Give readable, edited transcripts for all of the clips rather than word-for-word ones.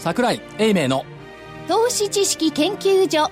櫻井英明の投資知識研究所。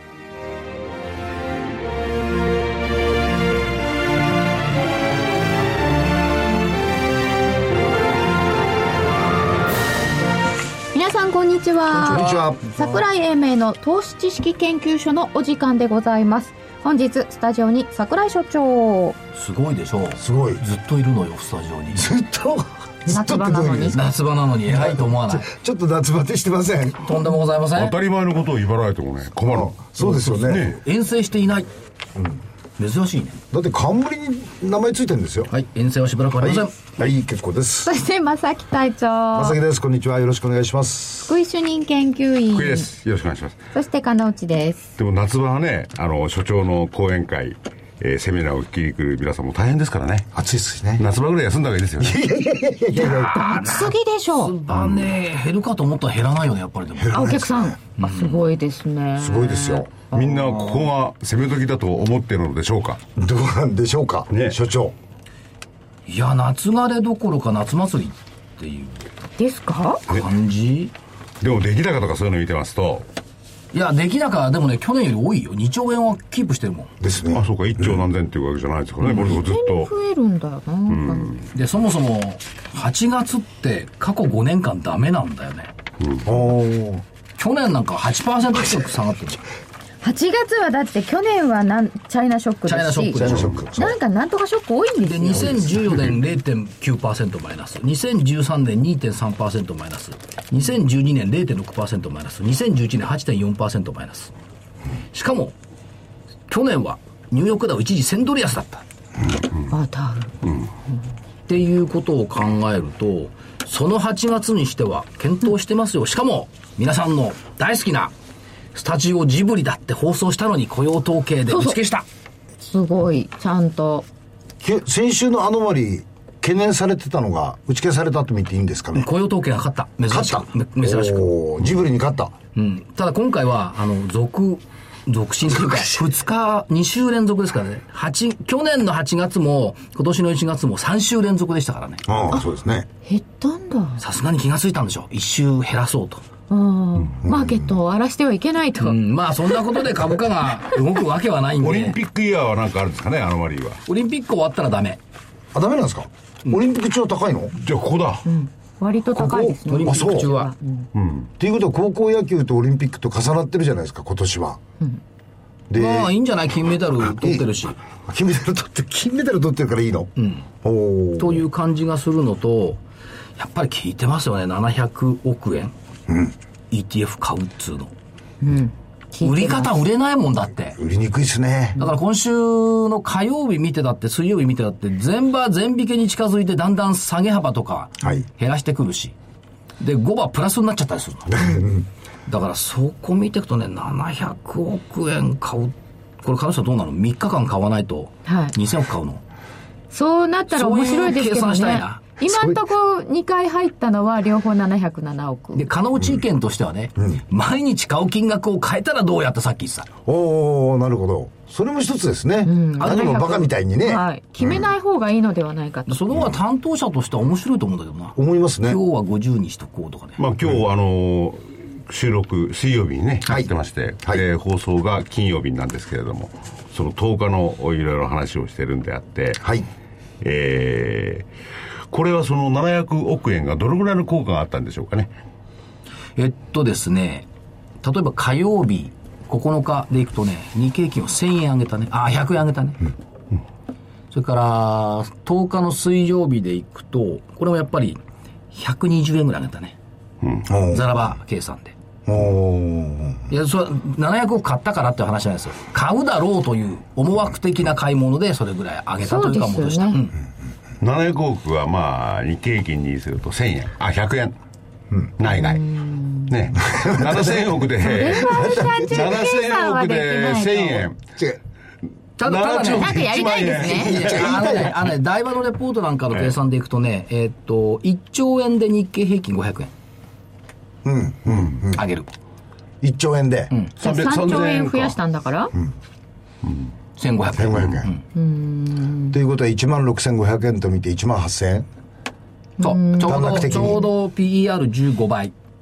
皆さんこんにちは。 こんにちは。 櫻井英明の投資知識研究所のお時間でございます。本日スタジオに櫻井所長。 すごいでしょう。 すごい。 ずっといるのよスタジオに。 ずっと夏場なのに。 夏場なのに偉いと思わない。 ちょっと夏バテしてません。 とんでもございません。 当たり前のことを言わないともね困る。 そうですよね。 遠征していない、珍しいね。 だって冠に名前ついてるんですよ。 はい、遠征はしばらくありません。 はい、結構です。 そして正木隊長。 正木です。こんにちは。よろしくお願いします。 福井主任研究員。 福井です。よろしくお願いします。 そして金内です。 でも夏場はね、所長の講演会、セミナーを聞きに来る皆さんも大変ですからね。 暑いですしね。 夏場ぐらい休んだ方がいいですよね。 暑すぎでしょう。 夏場ね、減るかと思ったら減らないよね、やっぱり。でもお客さん、すごいですね。 すごいですよ。 みんなここが攻め時だと思っているのでしょうか。 どうなんでしょうか、ね、所長。 いや、夏枯れどころか夏祭りっていうですか感じ。 でも出来高とかそういうの見てますと、 いや、出来高でもね、去年より多いよ。2兆円はキープしてるもんですね。 あ、そうか、1兆何千っていうわけじゃないですからね、これずっと増えるんだよな、 で、そもそも8月って過去5年間ダメなんだよね。去年なんか 8% 近く下がってる。 8月はだって去年はチャイナショックだし、 チャイナショックなんとかショック多いんですよ。 で、2014年 0.9% マイナス、2013年 2.3% マイナス、2012年 0.6% マイナス、2011年 8.4% マイナス。しかも去年はニューヨークダウ一時1000ドル安だった、っていうことを考えると、その8月にしては検討してますよ。しかも皆さんの大好きなスタジオジブリだって放送したのに雇用統計で打ち消した。 すごいちゃんと。 先週のアノマリ懸念されてたのが打ち消されたと見ていいんですかね。 雇用統計が勝った。珍しくジブリに勝った。 ただ今回は続伸というか2週連続ですからね。去年の8月も今年の1月も3週連続でしたからね。 そうですね。 減ったんだ。 さすがに気がついたんでしょう。1週減らそうと。 マーケットを荒らしてはいけないと。 まあそんなことで株価が動くわけはないんで。 オリンピックイヤーはなんかあるんですかね、アノマリーは。 オリンピック終わったらダメ。 ダメなんですか。オリンピック中は高いの？ じゃあここだ。 割と高いですね。 オリンピック中は。 っていうことは高校野球とオリンピックと重なってるじゃないですか、今年は。 で、まあいいんじゃない。金メダル取ってるし。 金メダル取ってるからいいの？ という感じがするのと、やっぱり効いてますよね。700億円。ETF 買うっつうの。売り方売れないもんだって。 売りにくいですね。 だから今週の火曜日見てだって水曜日見てだって全引けに近づいてだんだん下げ幅とか減らしてくるし、で5番プラスになっちゃったりするの。だからそこ見ていくとね、700億円買う。これ買う人はどうなの？ 3 日間買わないと2000億買うの。 そうなったら面白いですけどね。 そういう計算したいな。 今んとこ2回入ったのは両方707億で、金内意見としてはね、毎日買う金額を変えたらどうやってさっき言ってた。 なるほど。それも一つですね。何もバカみたいにね、 決めない方がいいのではないかと。 その方が担当者としては面白いと思うんだけどな。 思いますね。 今日は50にしとこうとかね。 まあ今日収録水曜日にねやってまして、放送が金曜日なんですけれども、その10日のいろいろ話をしてるんであって、これはその700億円がどれぐらいの効果があったんでしょうかね。 ですね、例えば火曜日9日でいくとね、日経平均を1000円上げたね。100円上げたね。それから10日の水曜日でいくと、これもやっぱり120円ぐらい上げたね。ザラバ計算で。いや、それ700億買ったからっていう話じゃないですよ。買うだろうという思惑的な買い物でそれぐらい上げたというか戻した。 700億はまあ日経平均にすると1000円100円、ないね7000億で7000億で1000円ただね、 なんかやりたいですね。 台場のレポートなんかの計算でいくとね、1兆円で日経平均500円上げる。 1兆円で、 3兆円増やしたんだから、 1500 円。ということは16,500円と見て18,000円。 そう、ちょうど PER15 倍。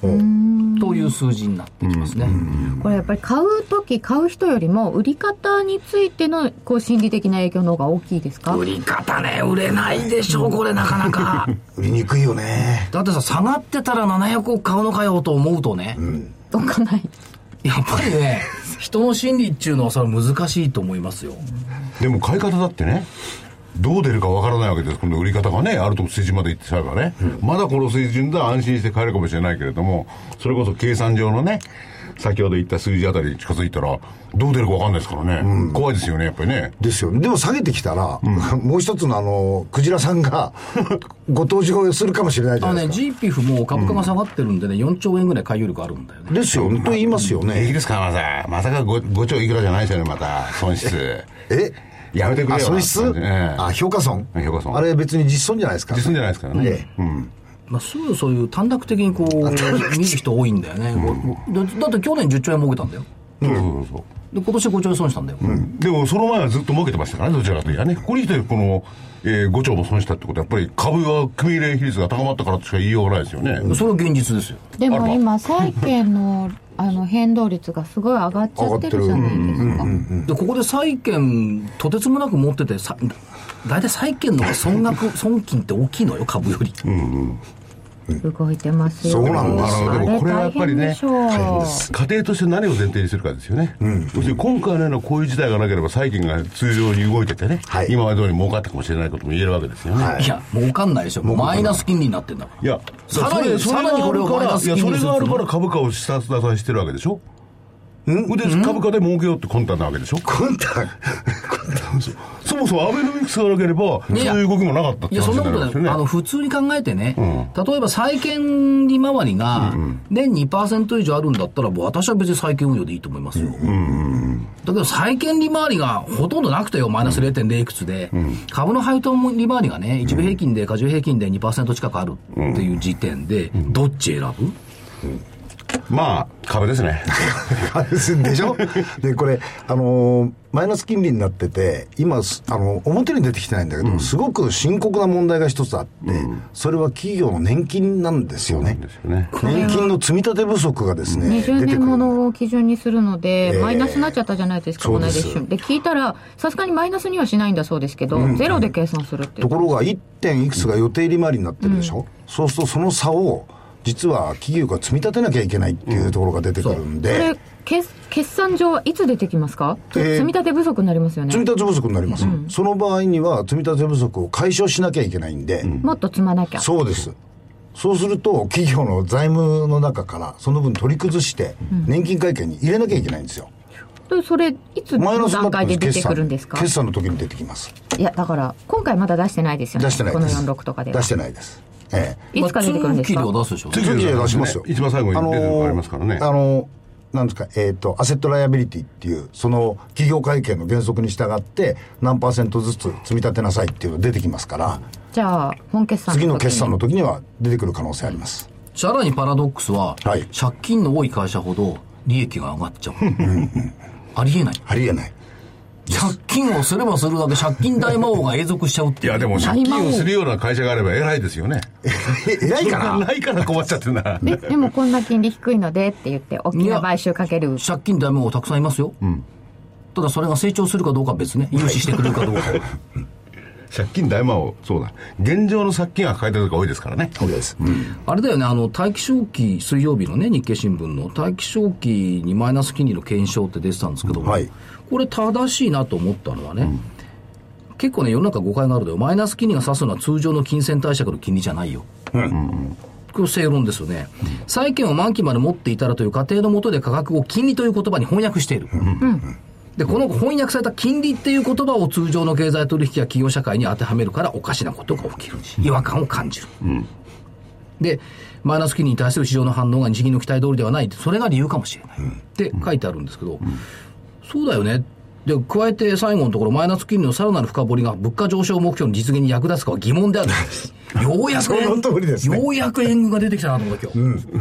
という数字になってきますね。 これやっぱり買うとき買う人よりも売り方についてのこう心理的な影響の方が大きいですか？ 売り方ね、売れないでしょこれなかなか売りにくいよね。 だってさ、下がってたら700億買うのかよと思うとね、 どかない。 やっぱりね人の心理っていうのはそれ難しいと思いますよ。 でも買い方だってね、どう出るかわからないわけです。今度売り方がね、あると水準までいってしまえばね、まだこの水準では安心して買えるかもしれないけれども、それこそ計算上のね、先ほど言った数字あたりに近づいたらどう出るかわかんないですからね、怖いですよねやっぱりね。 ですよね。でも下げてきたら、もう一つのクジラさんがご登場するかもしれないじゃないですか。 GPF も株価が下がってるんでね、4兆円ぐらい買い力あるんだよね。 ですよ、と言いますよいいね。 ですか、まさか 5兆いくらじゃないですよね、また損失やめてくれよ。 損失、評価損。あれ別に実損じゃないですか。 実損じゃないですからね。 すぐそういう短絡的にこう見る人多いんだよね。だって去年10兆円儲けたんだよ。で今年5兆円損したんだよ。 でもその前はずっと儲けてましたからね、どちらかというとね。ここに来てこの、5兆も損したってことはやっぱり株は組入れ比率が高まったからとしか言いようがないですよね。 それは現実ですよ。 でも今債券の変動率がすごい上がっちゃってるじゃないですか。 でここで債券とてつもなく持ってて大体債券の損金って大きいのよ、株より。 動いてますよ。 そうなんだ。 でもこれはやっぱりね、 大変でしょう。 家庭として何を前提にするかですよね。要するに今回のようなこういう事態がなければ債券が通常に動いててね、今まで通り儲かったかもしれないことも言えるわけですよね。 いや儲かんないでしょ。マイナス金利になってんだから。 いやさらにこれをマイナス金利にする。 それがあるから株価を下支えしてるわけでしょ。で株価で儲けようって魂胆なわけでしょ。 魂胆そもそもアベノミクスがなければそういう動きもなかったって話になるんですよね。 普通に考えてね、例えば債券利回りが年 2% 以上あるんだったら、私は別に債券運用でいいと思いますよ。だけど債券利回りがほとんどなくてよ、マイナス 0.0 いくつで、株の配当利回りがね、一部平均で過重平均で 2% 近くあるっていう時点で、どっち選ぶ？ まあ株ですね。 でしょ。でこれマイナス金利になってて、今表に出てきてないんだけど、すごく深刻な問題が一つあって、それは企業の年金なんですよね。年金の積み立て不足がですね、 20年ものを基準にするので、マイナスになっちゃったじゃないですか、この間一瞬で聞いたら、さすがにマイナスにはしないんだそうですけど、ゼロで計算するっていう。 ところが 1. いくつが予定利回りになってるでしょ。そうするとその差を実は企業が積み立てなきゃいけないっていうところが出てくるんで、 それ決算上はいつ出てきますか？積み立て不足になりますよね。 積み立て不足になります、その場合には積み立て不足を解消しなきゃいけないんで、 もっと積まなきゃ。 そうです。そうすると企業の財務の中からその分取り崩して年金会計に入れなきゃいけないんですよ。 それいつの段階で出てくるんですか？ 決算の時に出てきます。 いやだから今回まだ出してないですよね。 出してないです。 この46とかでは出してないです。 いつから出てくるんですか？ 通期料出すでしょ。 通期料出しますよ。 一番最後に出てるのがありますからね。 なんですか、アセットライアビリティっていう、その企業会計の原則に従って何%ずつ積み立てなさいっていうのが出てきますから、 じゃあ本決算の時に次の決算の時には出てくる可能性あります。 さらにパラドックスは、 はい、 借金の多い会社ほど利益が上がっちゃう。ありえない。 ありえない。 借金をすればするだけ借金大魔王が永続しちゃうっていう。 いやでも借金をするような会社があれば偉いですよね。 偉いかな。 ないから困っちゃってるな。 でもこんな金利低いのでって言って大きな買収かける。 借金大魔王たくさんいますよ。ただそれが成長するかどうかは別ね。融資してくれるかどうか。 借金大魔王、そうだ。現状の借金が抱えてるとこ多いですからね。 そうです。 あれだよね、待機償期、水曜日のね、日経新聞の待機償期にマイナス金利の検証って出てたんですけども、これ正しいなと思ったのはね、結構ね、世の中誤解があるのよ。マイナス金利が指すのは通常の金銭貸借の金利じゃないよ。これ正論ですよね。債券を満期まで持っていたらという仮定のもとで価格を金利という言葉に翻訳している。で、この翻訳された金利っていう言葉を通常の経済取引や企業社会に当てはめるからおかしなことが起きる。違和感を感じる。で、マイナス金利に対する市場の反応が日銀の期待通りではない。それが理由かもしれない。って書いてあるんですけど、そうだよね。で、加えて最後のところ、マイナス金利のさらなる深掘りが物価上昇目標の実現に役立つかは疑問である。ようやくその通りですね。 ようやく円軍が出てきたなと思った今日。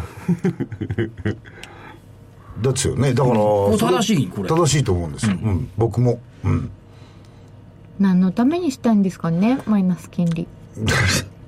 ですよね。だから正しい、これ正しいと思うんですよ。僕も。 何のためにしたいんですかね、マイナス金利。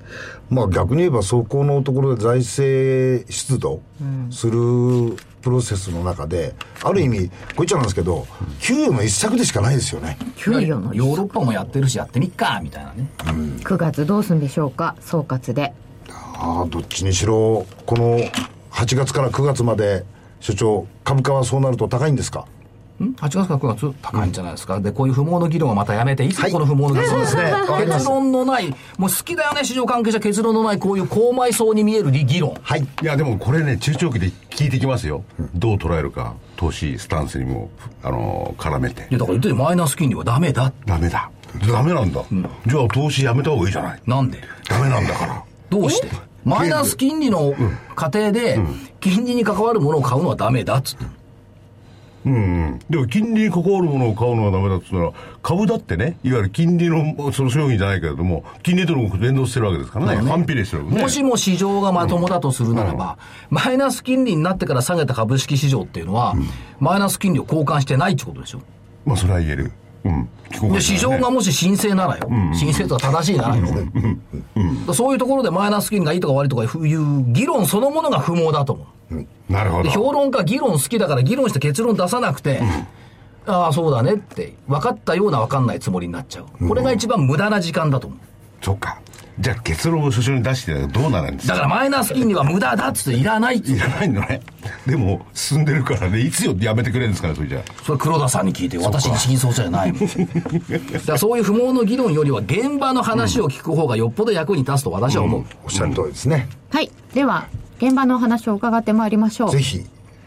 まあ逆に言えばそこのところで財政出動するプロセスの中で、ある意味こう言っちゃうんですけど、給与の一策でしかないですよね。 給与のヨーロッパもやってるしやってみっかみたいなね、 9月どうするんでしょうか、総括で。 どっちにしろこの8月から9月まで所長、株価はそうなると高いんですか 8月から9月高いんじゃないですか、でこういう不毛の議論はまたやめて、いつこの不毛の議論、 そうですね、 結論のない、もう好きだよね市場関係者、結論のないこういう高埋層に見える議論、 はい、 いやでもこれね、中長期で聞いてきますよ、どう捉えるか、投資スタンスにも絡めて。 いやだから言ってるマイナス金利はダメだ、 ダメだ、ダメなんだ、じゃあ投資やめた方がいいじゃない。 なんでダメなんだから。 どうしてマイナス金利の過程で金利に関わるものを買うのはダメだっつって、 でも金利に関わるものを買うのはダメだって言ったら、株だってね、いわゆる金利のその商品じゃないけれども、金利との連動してるわけですからね、反比例してるわけね。 もしも市場がまともだとするならば、マイナス金利になってから下げた株式市場っていうのは、マイナス金利を交換してないってことでしょ。 まあそれは言える。 で市場がもし神聖ならよ、神聖とか正しいならよ、そういうところでマイナス金利がいいとか悪いとかいう議論そのものが不毛だと思う。 なるほど。 で評論家議論好きだから議論して結論出さなくて、ああそうだねって分かったような分かんないつもりになっちゃう。これが一番無駄な時間だと思う。 そっか。じゃあ結論を所長に出してどうなるんですか。 だからマイナス金利は無駄だっつっていらないっつって。 いらないのね。でも進んでるからね、いつやめてくれるんですかね、それじゃあ。 それ黒田さんに聞いて、私に真相じゃないもん。だからそういう不毛の議論よりは現場の話を聞く方がよっぽど役に立つと私は思う。 おっしゃる通りですね。 はい、では現場のお話を伺ってまいりましょう。 ぜひ。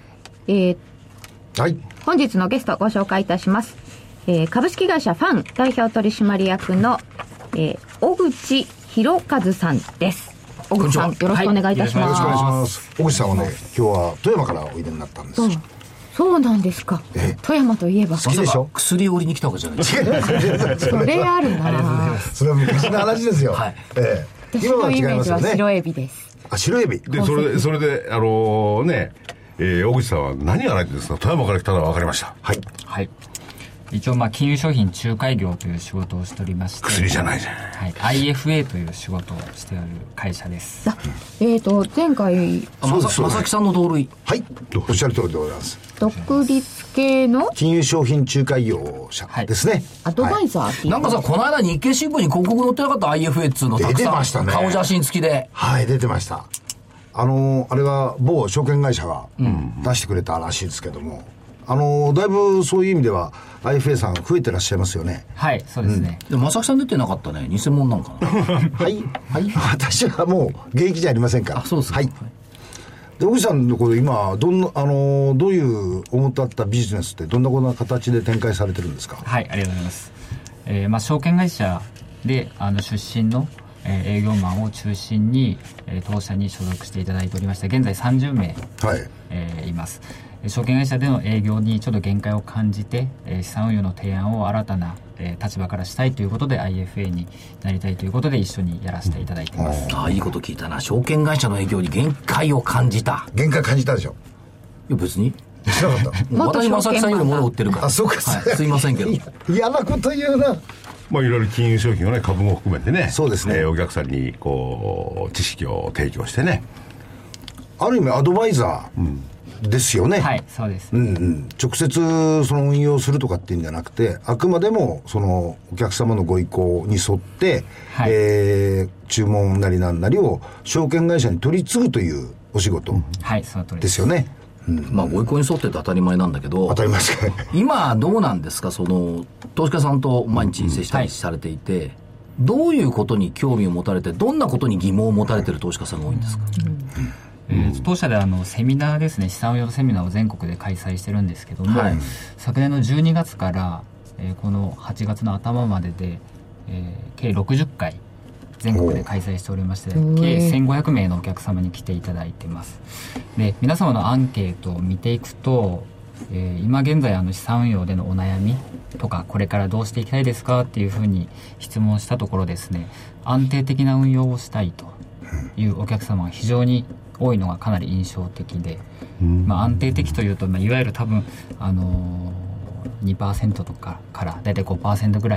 はい。 本日のゲストをご紹介いたします。株式会社ファン代表取締役の、小口博和さんです。小口さん、よろしくお願いいたします。 よろしくお願いします。小口さんはね、今日は富山からおいでになったんです。 そうなんですか。富山といえば好きでしょ。 薬売りに来たわけじゃないですか。 それあるな。 それは昔の話ですよ。 はい。 私のイメージは白エビです。 あ、白エビ。 で、それで、小口さんは何がないんですか。富山から来たのは分かりました。 はい。 はい。一応、金融商品仲介業という仕事をしておりまして。 薬じゃないじゃん。 はい。IFA という仕事をしておる会社です。 前回、 正木さんの同類。 はい。おっしゃる通りでございます。 独立系の金融商品仲介業者ですね。 アドバイザーっていう。 なんかさ、この間日経新聞に広告載ってなかった IFA っつうのたくさん。 出てましたね。 顔写真付きで。 はい、出てました。あれは某証券会社が出してくれたらしいですけども、だいぶそういう意味では IFA さん増えてらっしゃいますよね。 はい、そうですね。 でも正木さん出てなかったね。偽物なんかな。 はい。はい。私はもう現役じゃありませんから。 あ、そうですか。 はい。で、小口さんのところ今、どういう思ったったビジネスってどんな形で展開されてるんですか。 はい、ありがとうございます。証券会社で出身の営業マンを中心に、当社に所属していただいておりまして、現在30名、います。証券会社での営業にちょっと限界を感じて、資産運用の提案を新たな、立場からしたいということで IFA になりたいということで一緒にやらせていただいています。 ああ、いいこと聞いたな。証券会社の営業に限界を感じた。 限界感じたでしょ。 いや別に知らなかった。 私正木さんより物を売ってるから。 あ、そうか、 はい、すいませんけど。 嫌なこと言うな。 いろいろ金融商品をね、株も含めてね、 そうですね、 お客さんに知識を提供してね、 ある意味アドバイザーですよね。 はい、そうです。 直接その運用するとかっていうんじゃなくて、あくまでもそのお客様のご意向に沿って、はい、注文なりなんなりを証券会社に取り継ぐというお仕事ですよね。 ご意向に沿ってって当たり前なんだけど、 当たり前ですか。 今どうなんですか、投資家さんと毎日接したりされていて、どういうことに興味を持たれて、どんなことに疑問を持たれている投資家さんが多いんですか。 当社でセミナーですね、資産運用セミナーを全国で開催してるんですけども、はい、昨年の12月から、この8月の頭までで、計60回全国で開催しておりまして、計1500名のお客様に来ていただいてます。で、皆様のアンケートを見ていくと、今現在資産運用でのお悩みとか、これからどうしていきたいですかっていうふうに質問したところですね、安定的な運用をしたいというお客様が非常に多いのがかなり印象的で、安定的というと、いわゆる多分2% とかからだいたい 5% ぐらい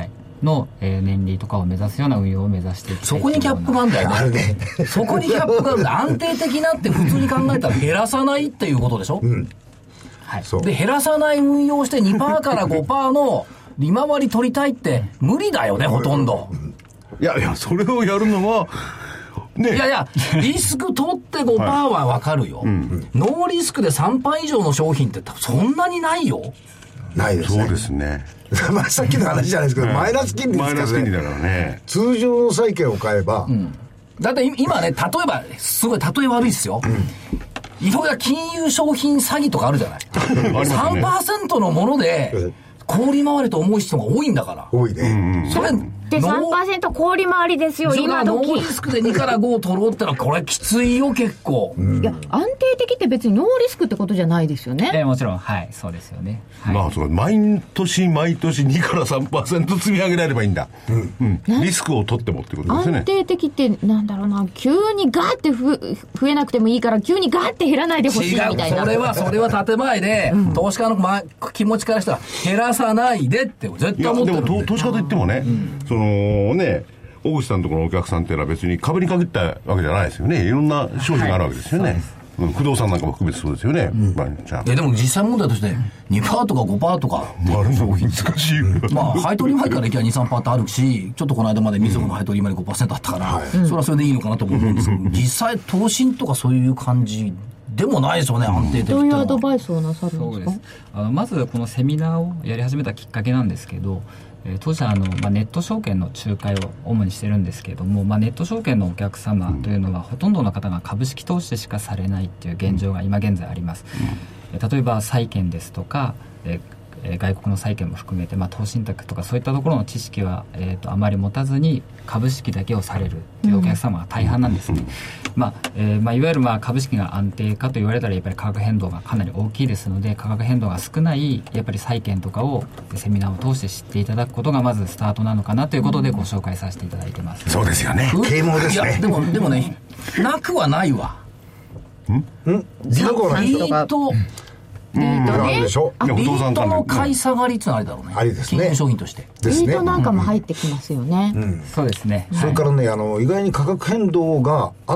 の、年利とかを目指すような運用を目指していきたい。 そこにギャップがあるんだよね。 あるね。 そこにギャップがあるんだ。安定的なって普通に考えたら減らさないっていうことでしょ、 はい、 そうで、減らさない運用して 2% から 5% の利回り取りたいって無理だよね、ほとんど。 いやいや、それをやるのは、ね。 いやいや、リスク取って 5% はわかるよ、ノーリスクで 3% 以上の商品ってそんなにないよ。 ないですね。 そうですね。 まあさっきの話じゃないですけど、マイナス金利ですからね。 マイナス金利だからね。 通常の債券を買えば、 だって今ね、例えば、すごい例え悪いですよ。いろいろ金融商品詐欺とかあるじゃない。3% のもので、氷回りと思う人が多いんだから。 多いね。 それ、 で、3% 氷回りですよ、今ノー時。 リスクで2から5を取ろうってのは、これきついよ、結構。 いや、安定的って別にノーリスクってことじゃないですよね。 もちろん、はい、そうですよね。はい、 まあ、そうか、毎年2から 3% 積み上げられればいいんだ。リスクを取ってもってことですよね。 安定的ってなんだろうな、急にガーって増えなくてもいいから急にガーって減らないでほしいみたいな。 それは建前で、投資家の気持ちからしたら減らさないでって絶対思ってるんで。 でも投資家といってもね、そのね、大口さんのところのお客さんっていうのは別に株に限ったわけじゃないですよね。いろんな商品があるわけですよね。不動産なんかも含めてそうですよね。 でも実際問題として 2% とか 5% とかあるの難しい。 まあ配当利回りからいきゃ 2,3% ってあるし、ちょっとこの間までみずほの配当利回り 5% あったから、それはそれでいいのかなと思うんですけど、実際投信とかそういう感じでもないですよね、安定的どういうアドバイスをなさるんですか？ そうです。まずこのセミナーをやり始めたきっかけなんですけど、当社ネット証券の仲介を主にしてるんですけれども、ネット証券のお客様というのは、ほとんどの方が株式投資でしかされないっていう現状が今現在あります。例えば債券ですとか、外国の債券も含めて、投信託とかそういったところの知識は、あまり持たずに株式だけをされるというお客様が大半なんですね。いわゆる株式が安定かと言われたらやっぱり価格変動がかなり大きいですので、価格変動が少ないやっぱり債券とかをセミナーを通して知っていただくことがまずスタートなのかなということでご紹介させていただいてます。 そうですよね。 啓蒙ですね。 いやでもね、なくはないわ。 リートあるでしょ。 リートの買い下がりってのはありだろうね。 ありですね。 金融商品として。 リートなんかも入ってきますよね。 そうですね。 それからね、意外に価格変動があって、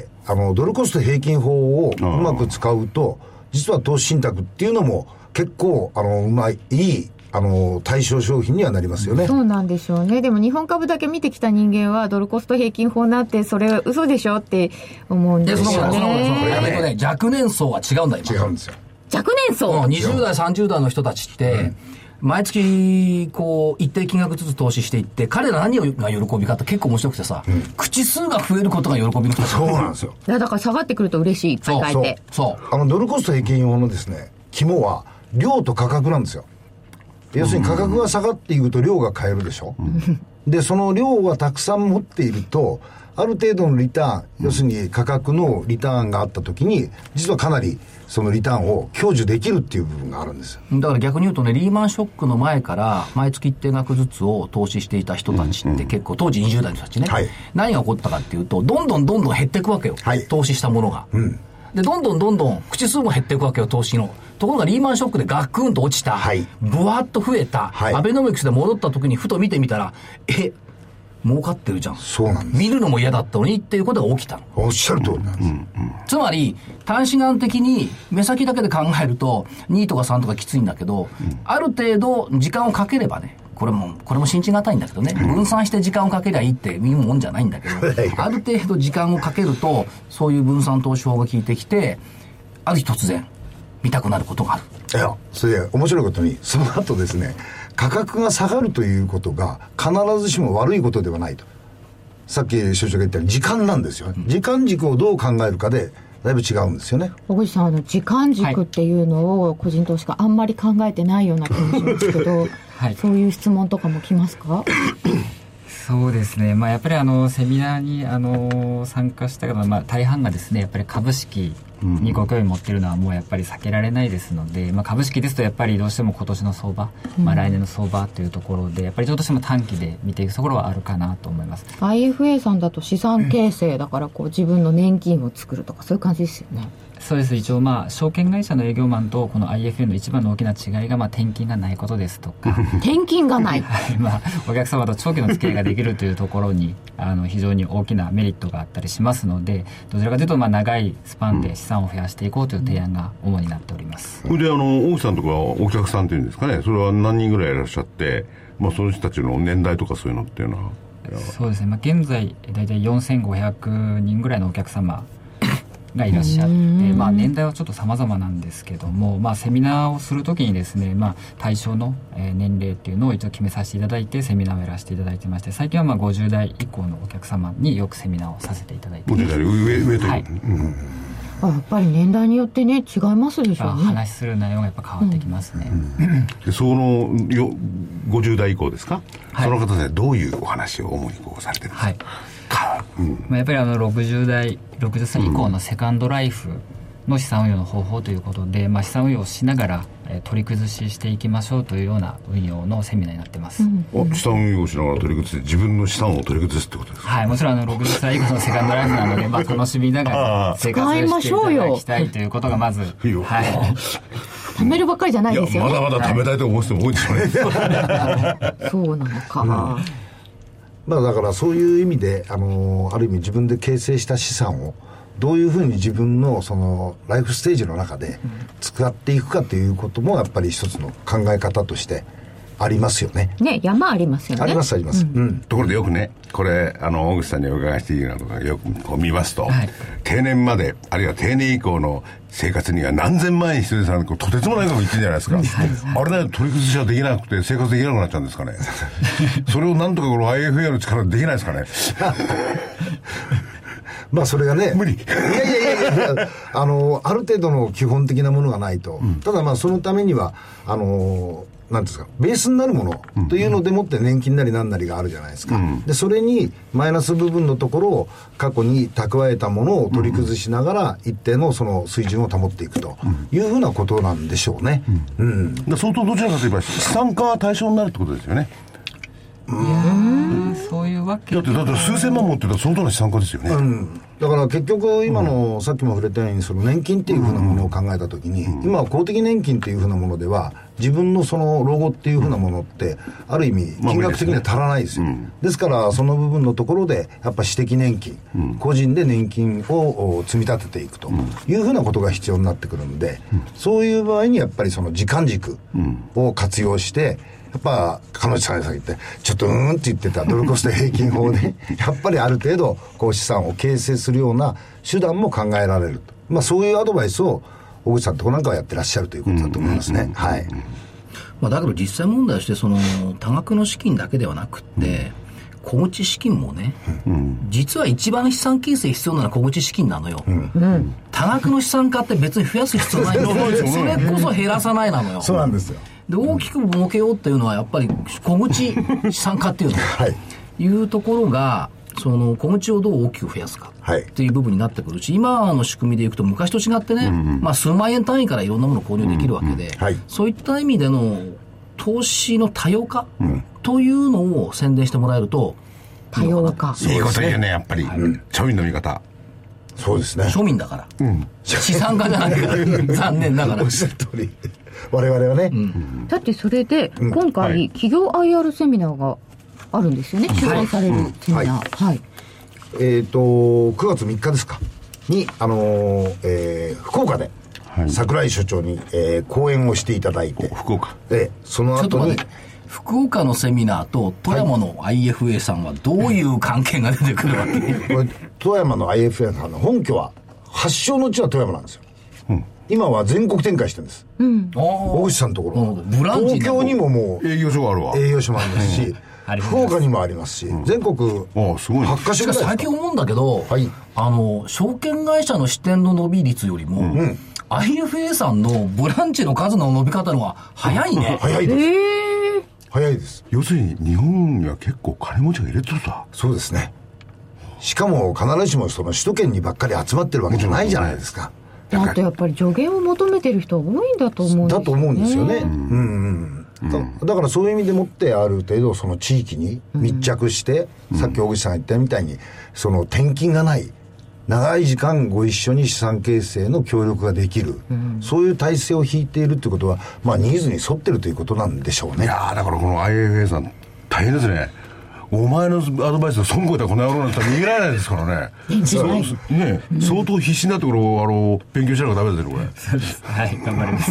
ドルコスト平均法をうまく使うと、実は投資信託っていうのも結構、いい、対象商品にはなりますよね。 そうなんでしょうね。でも日本株だけ見てきた人間はドルコスト平均法になって、それ嘘でしょって思うんですよね。 若年層は違うんだよ。 違うんですよ。 若年層 20代30代の人たちって、毎月こう一定金額ずつ投資していって、彼ら何が喜びかって結構面白くてさ、口数が増えることが喜びの人たち。 そうなんですよ。 だから下がってくると嬉しい、いっぱい書いて。 そうドルコスト平均法のですね、肝は量と価格なんですよ。要するに価格が下がっていくと量が買えるでしょ。でその量がたくさん持っていると、ある程度のリターン、要するに価格のリターンがあったときに、実はかなりそのリターンを享受できるっていう部分があるんですよ。 だから逆に言うとね、リーマンショックの前から毎月一定額ずつを投資していた人たちって結構、当時20代の人たちね、何が起こったかっていうと、どんどん減っていくわけよ、投資したものが。でどんどん口数も減っていくわけよ、投資の。ところがリーマンショックでガクンと落ちた、ブワッと増えた、アベノミクスで戻った時にふと見てみたら、儲かってるじゃん。 そうなんです。 見るのも嫌だったのにっていうことが起きたの。 おっしゃる通りなんです。 つまり、短視眼的に目先だけで考えると、2とか3とかきついんだけど、ある程度時間をかければね、これも信じがたいんだけどね、分散して時間をかけりゃいいっていうもんじゃないんだけど、ある程度時間をかけると、そういう分散投資法が効いてきて、ある日突然、見たくなることがある。 いや、それで面白いことに、その後ですね、価格が下がるということが必ずしも悪いことではないと。さっき所長が言ったように時間なんですよ。時間軸をどう考えるかでだいぶ違うんですよね。 小口さん、時間軸っていうのを個人投資家あんまり考えてないような気もしますけど、そういう質問とかも来ますか？ そうですね、やっぱりセミナーに参加した方、大半がですね、やっぱり株式にご興味持ってるのはもうやっぱり避けられないですので、株式ですとやっぱりどうしても今年の相場、来年の相場というところでやっぱりどうしても短期で見ていくところはあるかなと思います。 IFA さんだと資産形成だからこう自分の年金を作るとかそういう感じですよね。 そうです。一応証券会社の営業マンとこの IFA の一番の大きな違いが転勤がないことですとか転勤がないはい、お客様と長期の付き合いができるというところに非常に大きなメリットがあったりしますので、どちらかというと長いスパンで資産を増やしていこうという提案が主になっております。 それで大木さんとかお客さんっていうんですかね、それは何人ぐらいいらっしゃって、その人たちの年代とかそういうのっていうのは。 そうですね、現在大体4500人ぐらいのお客様がいらっしゃって、年代はちょっと様々なんですけども、セミナーをするときにですね、対象の年齢っていうのを一応決めさせていただいてセミナーをやらせていただいてまして、最近は50代以降のお客様によくセミナーをさせていただいてます。 50代上という、 やっぱり年代によってね違いますでしょうね。 話する内容がやっぱ変わってきますね。 でその50代以降ですか、その方でどういうお話を主にされてるんですか。 やっぱり60歳以降のセカンドライフの資産運用の方法ということで、資産運用をしながら取り崩ししていきましょうというような運用のセミナーになってます。 資産運用をしながら取り崩して自分の資産を取り崩すってことですか。 はい、もちろん60歳以降のセカンドライフなので楽しみながら生活をしていただきたいということがまず貯めるばっかりじゃないですよね。 まだまだ貯めたいと思う人も多いですよね。 そうなのか、 だからそういう意味である意味自分で形成した資産をどういうふうに自分のそのライフステージの中で使っていくかということもやっぱり一つの考え方としてありますよね。 山ありますよね。 ありますあります、 ところでよくね、これ大口さんにお伺いしていいなとかよくこう見ますと、定年まであるいは定年以降の生活には何千万円必要ですからとてつもないこと言ってるじゃないですか。あれね、取り崩しはできなくて生活できなくなっちゃうんですかね。それをなんとかこの IFA の力でできないですかね。 それがね無理。 いやある程度の基本的なものがないと、ただそのためにはなんですか、ベースになるものというのでもって年金なり何なりがあるじゃないですか、でそれにマイナス部分のところを過去に蓄えたものを取り崩しながら一定のその水準を保っていくというふうなことなんでしょうね。 相当どちらかといえば資産家は対象になるってことですよね。 そういうわけだって数千万持ってたら相当な資産家ですよね。 だから結局今のさっきも触れたようにその年金っていうふうなものを考えたときに、今は公的年金っていうふうなものでは自分のその老後っていうふうなものってある意味金額的には足らないですよ。ですからその部分のところでやっぱ私的年金、個人で年金を積み立てていくというふうなことが必要になってくるので、そういう場合にやっぱりその時間軸を活用してやっぱ彼女さんが言ってちょっとって言ってたドルコスト平均法でやっぱりある程度こう資産を形成するような手段も考えられると、そういうアドバイスを小口さんとこなんかはやってらっしゃるということだと思いますね。 だけど実際問題としてその多額の資金だけではなくって小口資金もね、実は一番資産形成必要なのは小口資金なのよ。多額の資産家って別に増やす必要ないのよ。それこそ減らさないなのよ。 そうなんですよ。 で大きく儲けようっていうのはやっぱり小口資産家っていうのいうところがその小口をどう大きく増やすかっていう部分になってくるし、今の仕組みでいくと昔と違ってね、数万円単位からいろんなものを購入できるわけで、そういった意味での投資の多様化というのを宣伝してもらえると多様化いいこと言うね、やっぱり、庶民の味方。 そうですね。 庶民だから、資産家じゃないから残念ながらおっしゃる通り我々はね、 だってそれで今回、企業 IR セミナーがあるんですよね、主催されるセミナー。 9月3日ですかに、福岡で櫻井所長に、講演をしていただいて、 福岡その後に福岡のセミナーと富山の IFA さんはどういう関係が出てくるわけ、 これ富山の IFA さんの本拠は発祥の地は富山なんですよ。今は全国展開してるんです。大口さんのところ東京にももう営業所があるわ。 営業所もありますし、福岡にもありますし、全国8カ所ぐらい。 最近思うんだけど、証券会社の支店の伸び率よりも、IFA さんのブランチの数の伸び方の方が早いね。 早いです。早いです。 要するに日本には結構金持ちが入れてると。 そうですね。しかも必ずしもその首都圏にばっかり集まってるわけじゃないじゃないですか。 あとやっぱり助言を求めてる人は多いんだと思うんですよね。 だと思うんですよね。だからそういう意味でもってある程度その地域に密着して、さっき小口さんが言ったみたいにその転勤がない長い時間ご一緒に資産形成の協力ができる、そういう体制を引いているということは、まあ、ニーズに沿ってるということなんでしょうね。 いやだからこの IFA さん大変ですね。お前のアドバイスで損こいたこの野郎なんて逃げられないですからね。ね、相当必死なところを勉強しなきゃダメですよこれ。 そうです。はい、頑張ります。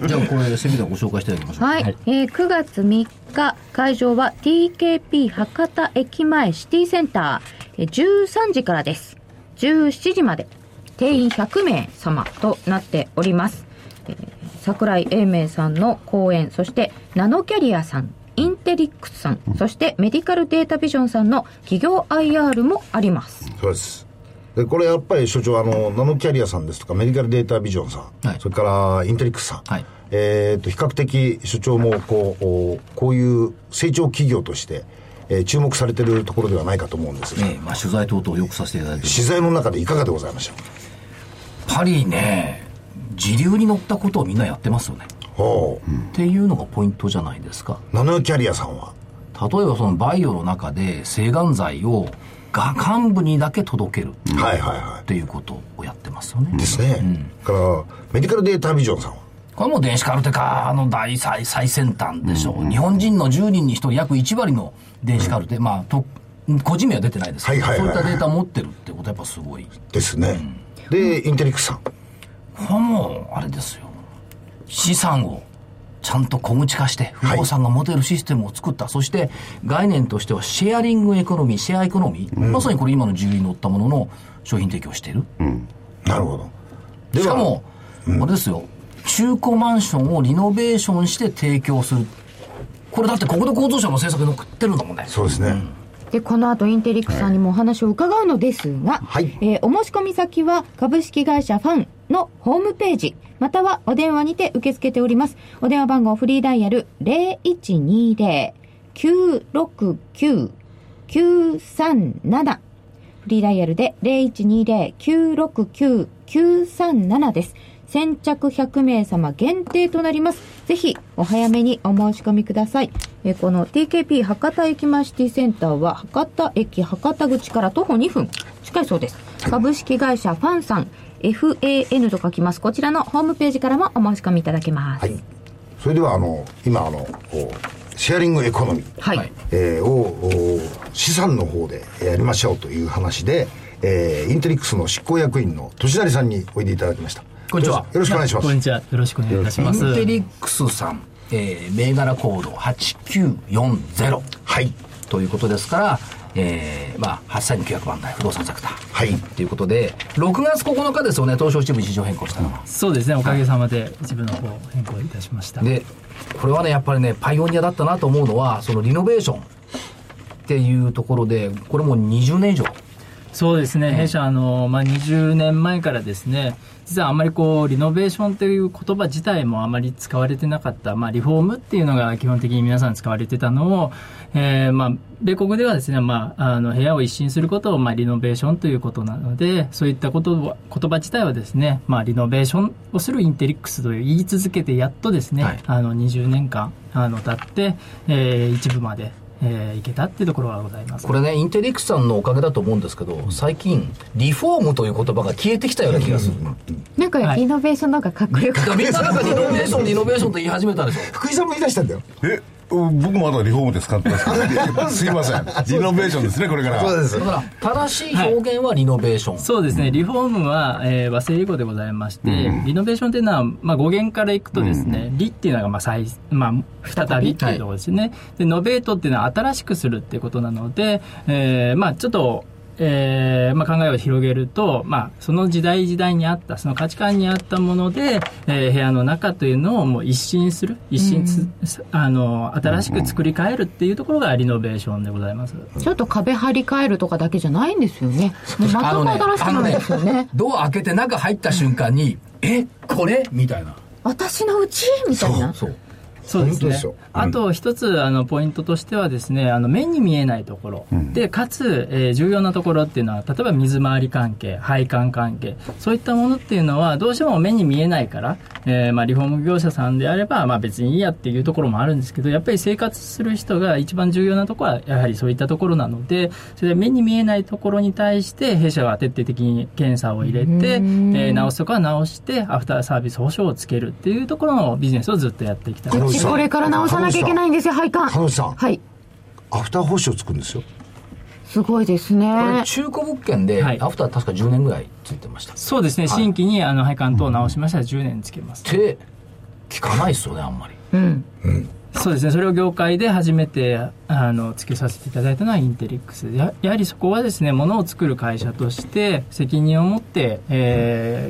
じゃあこれセミナーご紹介していただきましょう。 はい、9月3日会場は TKP 博多駅前シティセンター、13時からです。17時まで定員100名様となっております。櫻井英明さんの講演、そしてナノキャリアさん、インテリックスさん、そしてメディカルデータビジョンさんの企業 IR もあります。 そうです。でこれやっぱり所長ナノキャリアさんですとかメディカルデータビジョンさん、はい、それからインテリックスさん、はい、比較的所長もこういう成長企業として注目されているところではないかと思うんですが、 まあ、取材等々よくさせていただいて、 取材の中でいかがでございましょう。 やっぱりね、時流に乗ったことをみんなやってますよね。っていうのがポイントじゃないですか。 ナノキャリアさんは例えばそのバイオの中で制がん剤を幹部にだけ届けるっていうことをやってますよね。 ですね。からメディカルデータビジョンさんはこれも電子カルテ化の最先端でしょう。日本人の10人に1人約1割の電子カルテ、まあ個人名は出てないですけど、そういったデータを持ってるってことはやっぱすごいですね。でインテリックスさん、 これはもうあれですよ、資産をちゃんと小口化して不動産が持てるシステムを作った、そして概念としてはシェアリングエコノミー、シェアエコノミー、まさにこれ今の時流に乗ったものの商品提供している、 なるほど。 しかも、あれですよ、中古マンションをリノベーションして提供する。これだって国土交通省の政策に乗ってるんだもんね。 そうですね。 でこの後インテリックさんにもお話を伺うのですが、お申し込み先は株式会社ファンのホームページまたはお電話にて受け付けております。お電話番号フリーダイヤル 0120-969-937 フリーダイヤルで 0120-969-937 です。先着100名様限定となります。ぜひお早めにお申し込みください。この TKP 博多駅前シティセンターは博多駅博多口から徒歩2分近いそうです。株式会社ファンさん FAN と書きます。こちらのホームページからもお申し込みいただけます。はい。 それでは今シェアリングエコノミー、を資産の方でやりましょうという話で、インテリックスの執行役員の年成さんにおいでいただきました。 こんにちは。 よろしくお願いします。 こんにちは。よろしくお願いいたします。 インテリックスさん、銘柄コード8940、はい、ということですから、8900万台不動産セクター、はい、ということで6月9日ですよね、東証一部市場変更したのは。 そうですね、おかげさまで一部の方変更いたしました。 でこれはねやっぱりねパイオニアだったなと思うのはそのリノベーションっていうところで、これも20年以上。 そうですね、弊社20年前からですね、実はあんまりリノベーションという言葉自体もあまり使われてなかった、リフォームっていうのが基本的に皆さん使われてたのを、米国ではですね、部屋を一新することをリノベーションということなので、そういった言葉自体はですね、リノベーションをするインテリックスと言い続けてやっとですね、20年間経って、一部までいけたっていうところはございます。 これねインテリックスさんのおかげだと思うんですけど、最近リフォームという言葉が消えてきたような気がする。 なんかリノベーションの方がかっこよかった。 みんななんかリノベーションと言い始めたでしょ。 福井さんも言い出したんだよ。 僕まだリフォームで使ってますからすいません、リノベーションですね、これから。 そうです。 だから正しい表現はリノベーション、 そうですね、リフォームは、和製英語でございまして、リノベーションというのは、語源からいくとですね、リっていうのが再びっていうところですね、でノベートっていうのは新しくするっていうことなので、ちょっと考えを広げると、その時代にあったその価値観にあったもので、部屋の中というのをもう一新する、新しく作り変えるっていうところがリノベーションでございます。 ちょっと壁張り替えるとかだけじゃないんですよね。もうまた新しくなるんですよね。 ドア開けて中入った瞬間にこれみたいな、 私のうちみたいな。 そうそうですね。 本当ですよ。 あと一つポイントとしてはですね、目に見えないところ、でかつ、重要なところっていうのは例えば水回り関係、配管関係、そういったものっていうのはどうしても目に見えないから、リフォーム業者さんであれば、別にいいやっていうところもあるんですけど、やっぱり生活する人が一番重要なところはやはりそういったところなので、それで目に見えないところに対して弊社は徹底的に検査を入れて、直すところは直してアフターサービス保証をつけるっていうところのビジネスをずっとやっていきたい。 これから直さなきゃいけないんですよ、配管。 彼女さん、 はい。 アフター保証つくんですよ。 すごいですね。 これ中古物件で、アフター確か10年ぐらいついてました。 そうですね、新規に配管等を直しましたら10年つけます。 って聞かないですよね、あんまり。 そうですね、それを業界で初めてつけさせていただいたのはインテリックスで、やはりそこはですね、物を作る会社として責任を持って、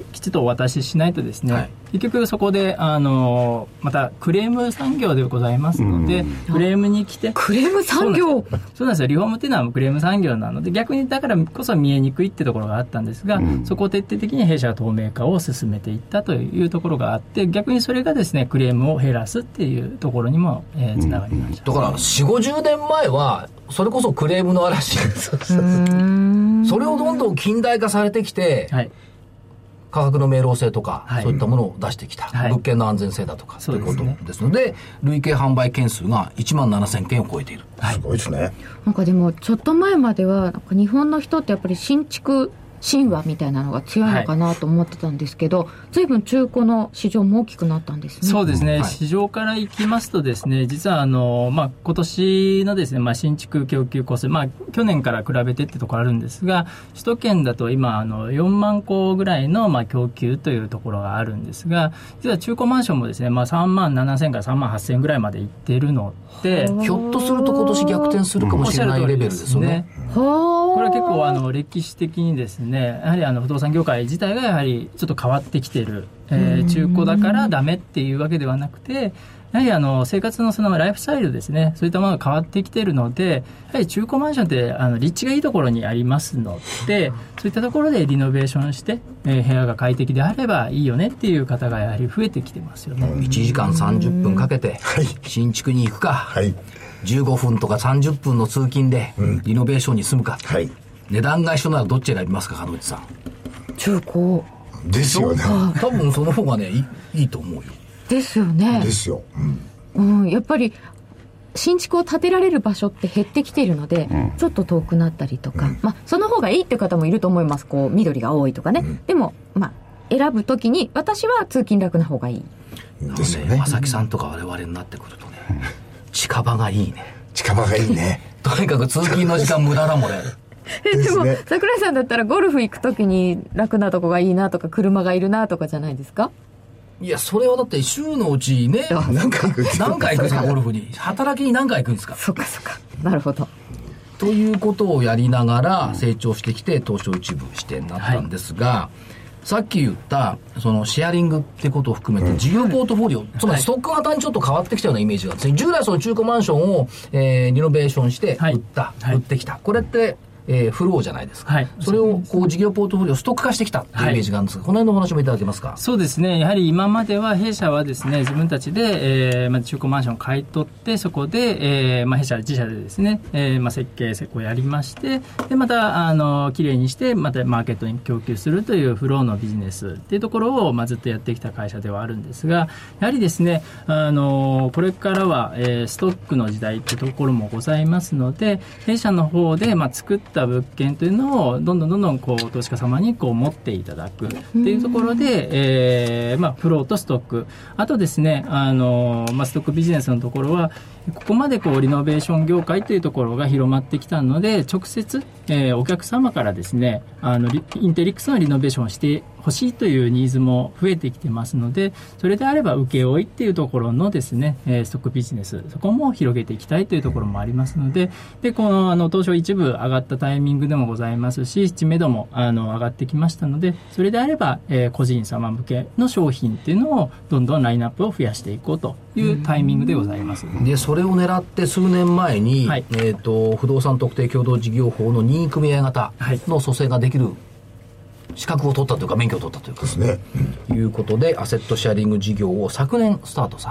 きちっとお渡ししないとですね、結局そこでまたクレーム産業でございますので、クレームに来て、 クレーム産業、 そうなんですよ。リフォームっていうのはクレーム産業なので、逆にだからこそ見えにくいってところがあったんですが、そこを徹底的に弊社は透明化を進めていったというところがあって、逆にそれがですね、クレームを減らすっていうところにもつながりました。 だから4、50年前はそれこそクレームの嵐それをどんどん近代化されてきて、価格の明朗性とか、そういったものを出してきた、物件の安全性だとかということですので、累計販売件数が1万7000件を超えている。 すごいですね。 なんかでもちょっと前まではなんか日本の人ってやっぱり新築神話みたいなのが強いのかなと思ってたんですけど、随分中古の市場も大きくなったんですね。 そうですね、市場からいきますとですね、実は今年のですね、新築供給戸数、去年から比べてってところあるんですが、首都圏だと今4万戸ぐらいの供給というところがあるんですが、実は中古マンションもですね、3万7000から3万8000ぐらいまでいっているので、 ひょっとすると今年逆転するかもしれないレベルですよね。 これは結構歴史的にですね、やはり不動産業界自体がやはりちょっと変わってきている、中古だからダメっていうわけではなくて、やはり生活のそのライフスタイルですね、そういったものが変わってきているので、やはり中古マンションって立地がいいところにありますので、そういったところでリノベーションして、部屋が快適であればいいよねっていう方がやはり増えてきてますよね。 1時間30分かけて新築に行くか、15分とか30分の通勤でリノベーションに住むか、値段が一緒ならどっち選びますか、門内さん。 中古ですよね。 多分その方がね、いいと思うよ。 ですよね。 ですよ。 やっぱり新築を建てられる場所って減ってきているので、ちょっと遠くなったりとか、その方がいいっていう方もいると思います。こう緑が多いとかね。でも選ぶときに私は通勤楽な方がいいですよね。 正木さんとか我々になってくるとね、近場がいいね。 近場がいいね。 とにかく通勤の時間無駄だもんね。 でも櫻井さんだったらゴルフ行くときに楽なとこがいいなとか車がいるなとかじゃないですか。 いや、それはだって週のうちね、何回行くんですか、ゴルフに。働きに何回行くんですか。 そっかそっか、なるほど。 ということをやりながら成長してきて東証一部支店になったんですが、さっき言ったそのシェアリングってことを含めて事業ポートフォリオ、つまりストック型にちょっと変わってきたようなイメージがあるんですね。従来その中古マンションを、リノベーションして売ってきた。これってフローじゃないですか、それをこう事業ポートフォリオストック化してきたというイメージがあるんですが、この辺のお話もいただけますか。 そうですね、やはり今までは弊社はですね、自分たちで、中古マンションを買い取って、そこで、弊社自社でですね、設計施工をやりまして、でまたきれいにしてまたマーケットに供給するというフローのビジネスっていうところを、ずっとやってきた会社ではあるんですが、やはりですね、これからは、ストックの時代っていうところもございますので、弊社の方で、作った物件というのをどんどんこう投資家様にこう持っていただくっていうところで、フローとストック、あとですね、ストックビジネスのところはここまでこうリノベーション業界というところが広まってきたので、直接、お客様からですね、インテリックスのリノベーションをしてほしいというニーズも増えてきてますので、それであれば請負っていうところのですね、ストックビジネス、そこも広げていきたいというところもありますので、でこの東証一部上がったタイミングでもございますし、知名度も上がってきましたので、それであれば、個人様向けの商品っていうのをどんどんラインナップを増やしていこうというタイミングでございます。 でそれを狙って数年前に、不動産特定共同事業法の任意組合型の組成ができる資格を取ったというか免許を取ったというかですね、いうことでアセットシェアリング事業を昨年スタートされた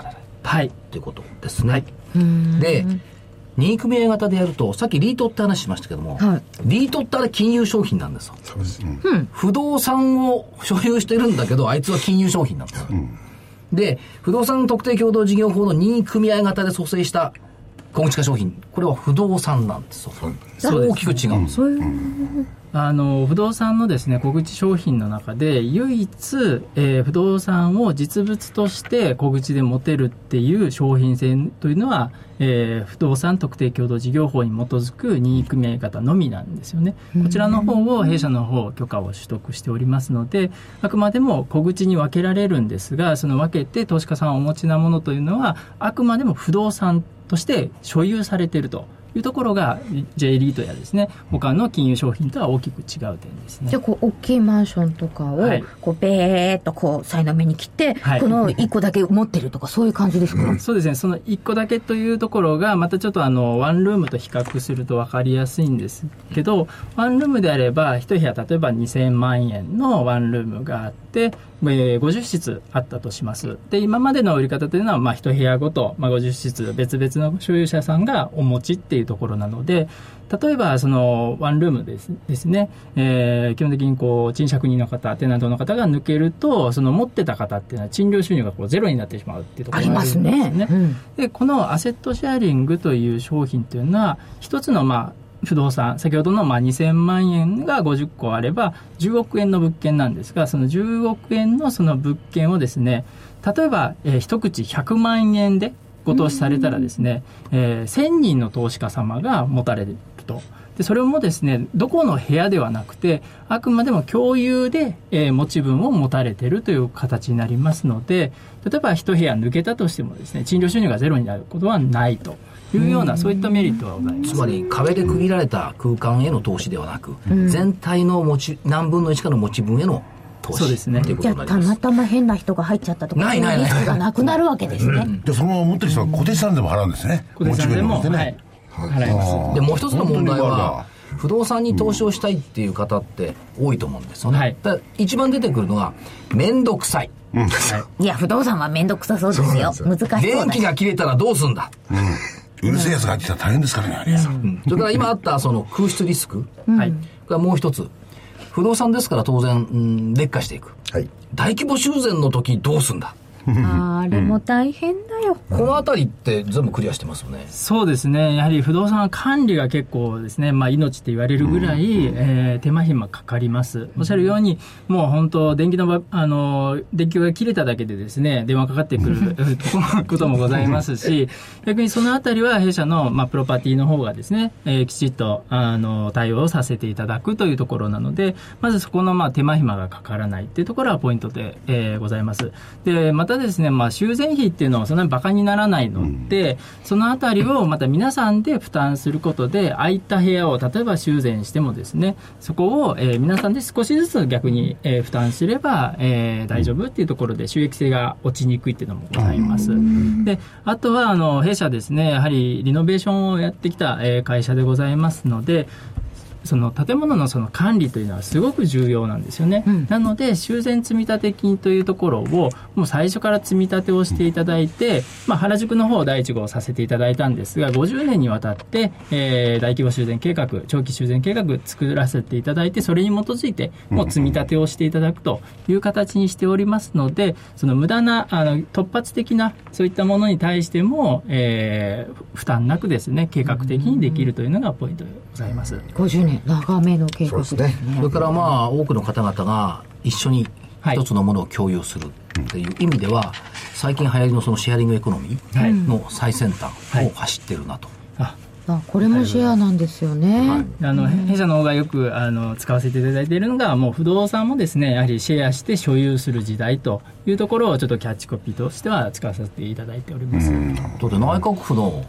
っていうことですね。で、任意組合型でやると、さっきリートって話しましたけども、リートってあれ金融商品なんですよ。不動産を所有してるんだけど、あいつは金融商品なんですよ。で、不動産特定共同事業法の任意組合型で蘇生した小口化商品、これは不動産なんですよ。大きく違うんですよ。 不動産のですね、小口商品の中で唯一、不動産を実物として小口で持てるっていう商品性というのは、不動産特定共同事業法に基づく任意組合型のみなんですよね。こちらの方を弊社の方許可を取得しておりますので、あくまでも小口に分けられるんですが、その分けて投資家さんお持ちなものというのはあくまでも不動産として所有されているというところが J リートやですね、他の金融商品とは大きく違う点ですね。 じゃあこう大きいマンションとかをこうベーっとこうさいの目に切って、この1個だけ持ってるとかそういう感じですか？ そうですね。その1個だけというところがまたちょっとワンルームと比較すると分かりやすいんですけど、ワンルームであれば1部屋例えば2000万円のワンルームがあって50室あったとします。で、今までの売り方というのは1部屋ごと、50室別々の所有者さんがお持ちっていうところなので、例えばそのワンルームですね、基本的にこう賃借人の方、テナントの方が抜けると、その持ってた方っていうのは賃料収入がこうゼロになってしまうっていうところがあるんですね。ありますね。で、このアセットシェアリングという商品というのは一つの不動産、先ほどの2000万円が50個あれば10億円の物件なんですが、その10億円のその物件をですね、例えば、一口100万円でご投資されたらですね、1000人の投資家様が持たれると。で、それもですね、どこの部屋ではなくて、あくまでも共有で、持ち分を持たれているという形になりますので、例えば一部屋抜けたとしてもですね、賃料収入がゼロになることはないというような、そういったメリットがございます。 つまり壁で区切られた空間への投資ではなく、全体の何分の1かの持ち分への投資。 そうですね。 じゃあたまたま変な人が入っちゃったとか、ないリスクがなくなるわけですね。 で、そのまま持ってる人は固定資産でも払うんですね。 固定資産でも、払います。 で、もう一つの問題は、不動産に投資をしたいっていう方って多いと思うんですよね。だから一番出てくるのが面倒くさい。 いや、不動産は面倒くさそうですよ。難しそうだ。 電気が切れたらどうすんだ。 うるせえやつが入ってきたら大変ですからね、あれ。 それから今あったその空室リスク。これはもう一つ。不動産ですから当然、劣化していく。大規模修繕の時どうすんだ。 あれも大変だよ。 このあたりって全部クリアしてますよね。 そうですね。やはり不動産は管理が結構ですね、命って言われるぐらい、手間暇かかります。おっしゃるように、もう本当電気が切れただけでですね、電話かかってくることもございますし、逆にそのあたりは弊社のプロパティの方がですね、きちっと対応させていただくというところなので、まずそこの手間暇がかからないっていうところはポイントで、ございます。で、またですね、修繕費っていうのはそんなにバカにならないので、そのあたりをまた皆さんで負担することで、空いた部屋を例えば修繕してもですね、そこを、皆さんで少しずつ逆に、負担すれば、大丈夫っていうところで収益性が落ちにくいっていうのもございます。で、あとは弊社ですね、やはりリノベーションをやってきた、会社でございますので、その建物のその管理というのはすごく重要なんですよね。なので修繕積立金というところをもう最初から積み立てをしていただいて、原宿の方を第1号させていただいたんですが、50年にわたって、大規模修繕計画、長期修繕計画作らせていただいて、それに基づいてもう積み立てをしていただくという形にしておりますので、その無駄な突発的なそういったものに対しても、負担なくですね、計画的にできるというのがポイントでございます。 50年長めの計画ですね。 それから多くの方々が一緒に一つのものを共有するっていう意味では、最近流行りのそのシェアリングエコノミーの最先端を走ってるなと。 これもシェアなんですよね。 弊社の方がよく使わせていただいているのが、もう不動産もですね、やはりシェアして所有する時代というところをちょっとキャッチコピーとしては使わせていただいております。 だって内閣府の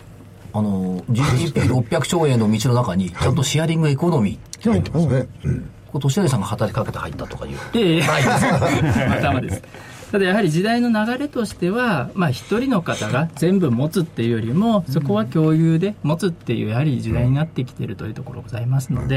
GDP600 兆円の道の中にちゃんとシェアリングエコノミー入ってますね。年寄さんが働きかけて入ったとかいう。 頭です。ただやはり時代の流れとしては、一人の方が全部持つっていうよりも、そこは共有で持つっていうやはり時代になってきているというところございますので、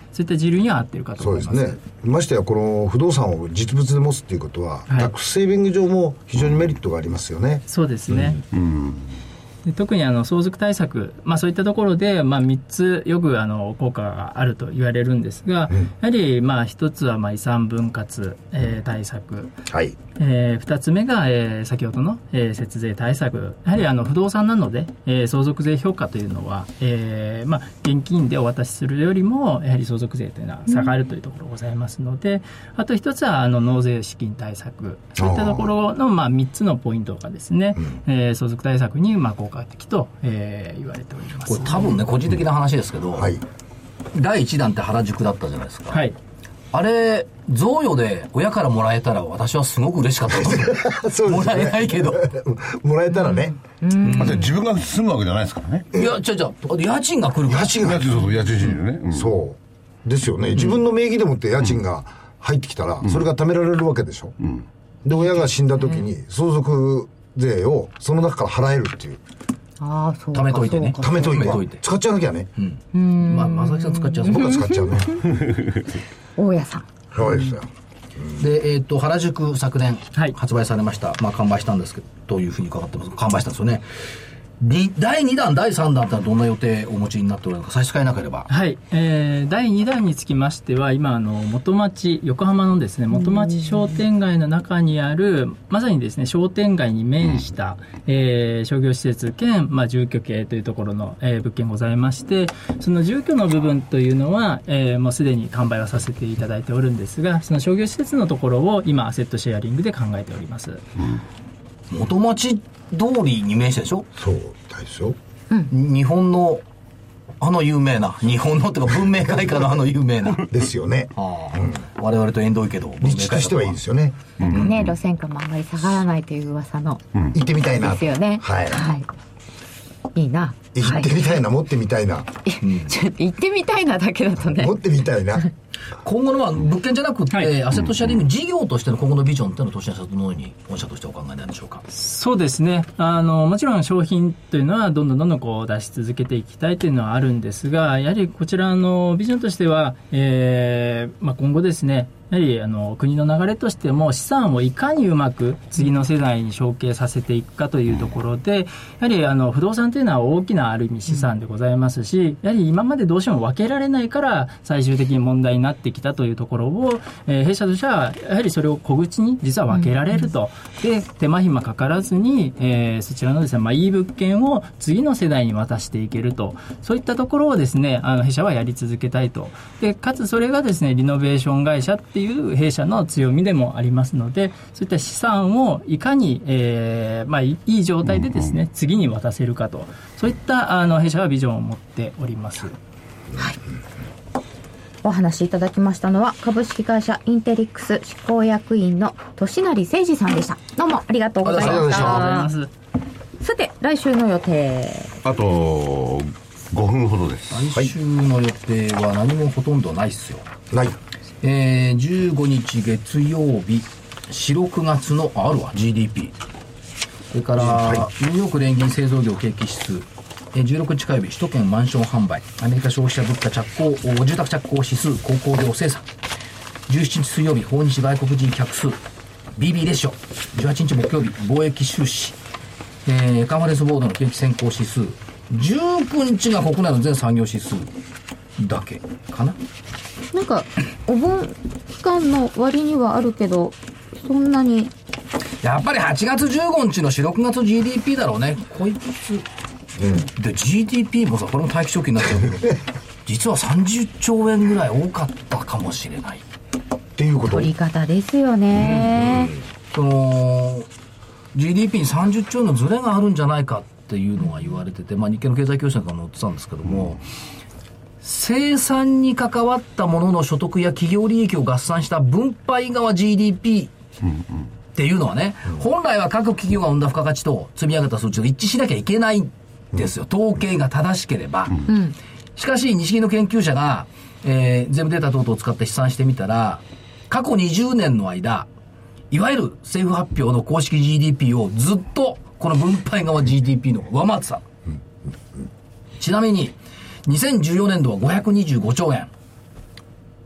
そういった時流には合っているかと思います。 そうですね。ましてやこの不動産を実物で持つっていうことは、 はいタックスセービング上も非常にメリットがありますよね。 そうですね。で特に相続対策、そういったところで、3つよく効果があると言われるんですが、やはり一つは遺産分割、対策、 はい。 2つ目が、先ほどの、節税対策。やはり不動産なので、相続税評価というのは、現金でお渡しするよりもやはり相続税というのは下がるというところがございますので、あと一つは納税資金対策、そういったところの3つのポイントがですね、相続対策に効果的と、言われております。 これ多分ね、個人的な話ですけど、 はい。 第1弾って原宿だったじゃないですか。 はい。 あれ、贈与で親からもらえたら私はすごく嬉しかったと思う。 そうですね。 もらえないけど。 もらえたらね。 だって自分が住むわけじゃないですからね。 いや、家賃が来るから。 家賃収入ね。 そうですよね。自分の名義でもって家賃が入ってきたら、それが貯められるわけでしょ。で、親が死んだ時に相続税をその中から払えるっていう。 ああ、そうか。 貯めといてね。 貯めといて。使っちゃわなきゃね。 正木さん使っちゃう。 僕は使っちゃうね。 大家さん。 そうですよ。 で、原宿昨年はい発売されました。完売したんですけど、というふうに伺ってます。完売したんですよね。第2弾、第3弾ってどんな予定をお持ちになっておられるのか差し支えなければ。 はい、第2弾につきましては今元町、横浜のですね元町商店街の中にあるまさにですね商店街に面した、商業施設兼、住居系というところの、物件ございまして、その住居の部分というのは、もうすでに完売はさせていただいておるんですが、その商業施設のところを今アセットシェアリングで考えております。 元町通りに面してでしょ。 そうですよ。 日本の有名な、日本のっていうか文明開化の有名なですよね。 我々と縁遠いけど立地としてはいいですよね。 ね、路線価もあまり下がらないという噂の。 行ってみたいな。 ですよね。 はい。 いいな。 行ってみたいな、持ってみたいな。 ちょっと行ってみたいなだけだとね。 持ってみたいな。 今後の物件じゃなくて、 はい、 アセットシェアリング事業としての今後のビジョンっていうのは、投資家さんどのように御社としてお考えなんでしょうか。 そうですね、もちろん商品というのはどんどんこう出し続けていきたいというのはあるんですが、やはりこちらのビジョンとしては、今後ですね、やはり国の流れとしても資産をいかにうまく次の世代に承継させていくかというところで、やはり不動産というのは大きなある意味資産でございますし、やはり今までどうしても分けられないから最終的に問題になってきたというところを、弊社としてはやはりそれを小口に実は分けられると、で手間暇かからずに、そちらのですね、いい物件を次の世代に渡していけると、そういったところをですね弊社はやり続けたいと。でかつそれがですねリノベーション会社っていう弊社の強みでもありますので、そういった資産をいかに、いい状態でですね次に渡せるかと、そういった弊社はビジョンを持っております。 はい、お話しいただきましたのは株式会社インテリックス執行役員の利成誠二さんでした。どうもありがとうございました。 ありがとうございます。 さて来週の予定、 あと5分ほどです。 来週の予定は何もほとんどないっすよ。 ない。 15日月曜日、4、6月のあるわ GDP、 それから、ニューヨーク連銀製造業景気指数、16日火曜日首都圏マンション販売、アメリカ消費者物価住宅着工指数、鉱工業生産、17日水曜日訪日外国人客数 BB レシオ、18日木曜日貿易収支、カンファレンスボードの景気先行指数、19日が国内の全産業指数だけかな。 なんかお盆期間の割にはあるけどそんなにやっぱり8月15日の4、6月 GDP だろうねこいつ、で GDP もさこれも待機長期になっちゃうけど実は30兆円ぐらい多かったかもしれないっていうこと。 取り方ですよね。 その GDP に30兆円のズレがあるんじゃないかっていうのは言われてて、日経の経済教室なんかも載ってたんですけども、生産に関わったものの所得や企業利益を合算した分配側 GDP っていうのはね、本来は各企業が生んだ付加価値と積み上げた数値と一致しなきゃいけないんですよ、統計が正しければ。しかし日銀の研究者が、全部データ等々を使って試算してみたら、過去20年の間いわゆる政府発表の公式 GDP をずっとこの分配側 GDP の上回ってた。ちなみに2014年度は525兆円、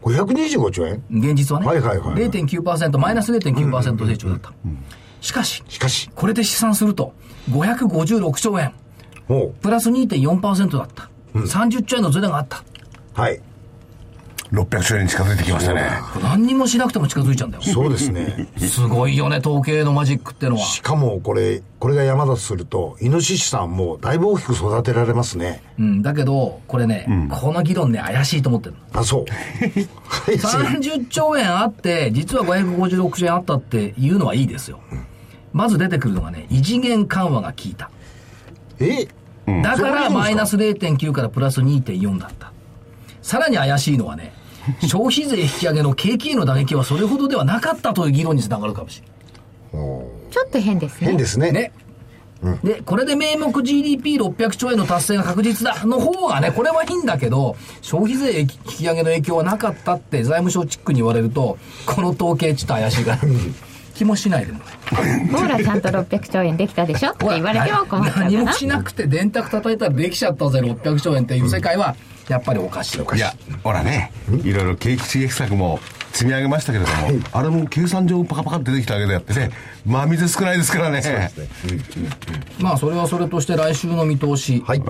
525兆円現実はね。 はいはいはい、はい、 0.9%、マイナス 0.9% 成長だった。しかし、これで試算すると、556兆円。プラス 2.4% だった。30兆円のズレがあった。 はい。 600兆円に近づいてきましたね。 何にもしなくても近づいちゃうんだよ。 そうですね。 すごいよね、統計のマジックってのは。 しかもこれが山だとすると、イノシシさんもだいぶ大きく育てられますね。 だけど、これね、この議論ね、怪しいと思ってるの。 あ、そう。 30兆円あって、実は556兆円あったっていうのはいいですよ。まず出てくるのがね、異次元緩和が効いた。だからマイナス 0.9 からプラス 2.4 だった。さらに怪しいのはね、消費税引き上げの景気への打撃はそれほどではなかったという議論につながるかもしれない。 ちょっと変ですね。 変ですね。 で、これで名目 GDP600 兆円の達成が確実だの方がね、これはいいんだけど、消費税引き上げの影響はなかったって財務省チックに言われると、この統計ちょっと怪しいから気もしないでもないほらちゃんと600兆円できたでしょって言われても困っちゃうかな。 何もしなくて電卓叩いたらできちゃったぜ600兆円っていう世界はやっぱりおかしい。 いやほらね、いろいろ景気刺激策も積み上げましたけれども、あれも計算上パカパカって出てきたわけでやってね、真水少ないですからね。そうですね。 まあそれはそれとして来週の見通し、 はい、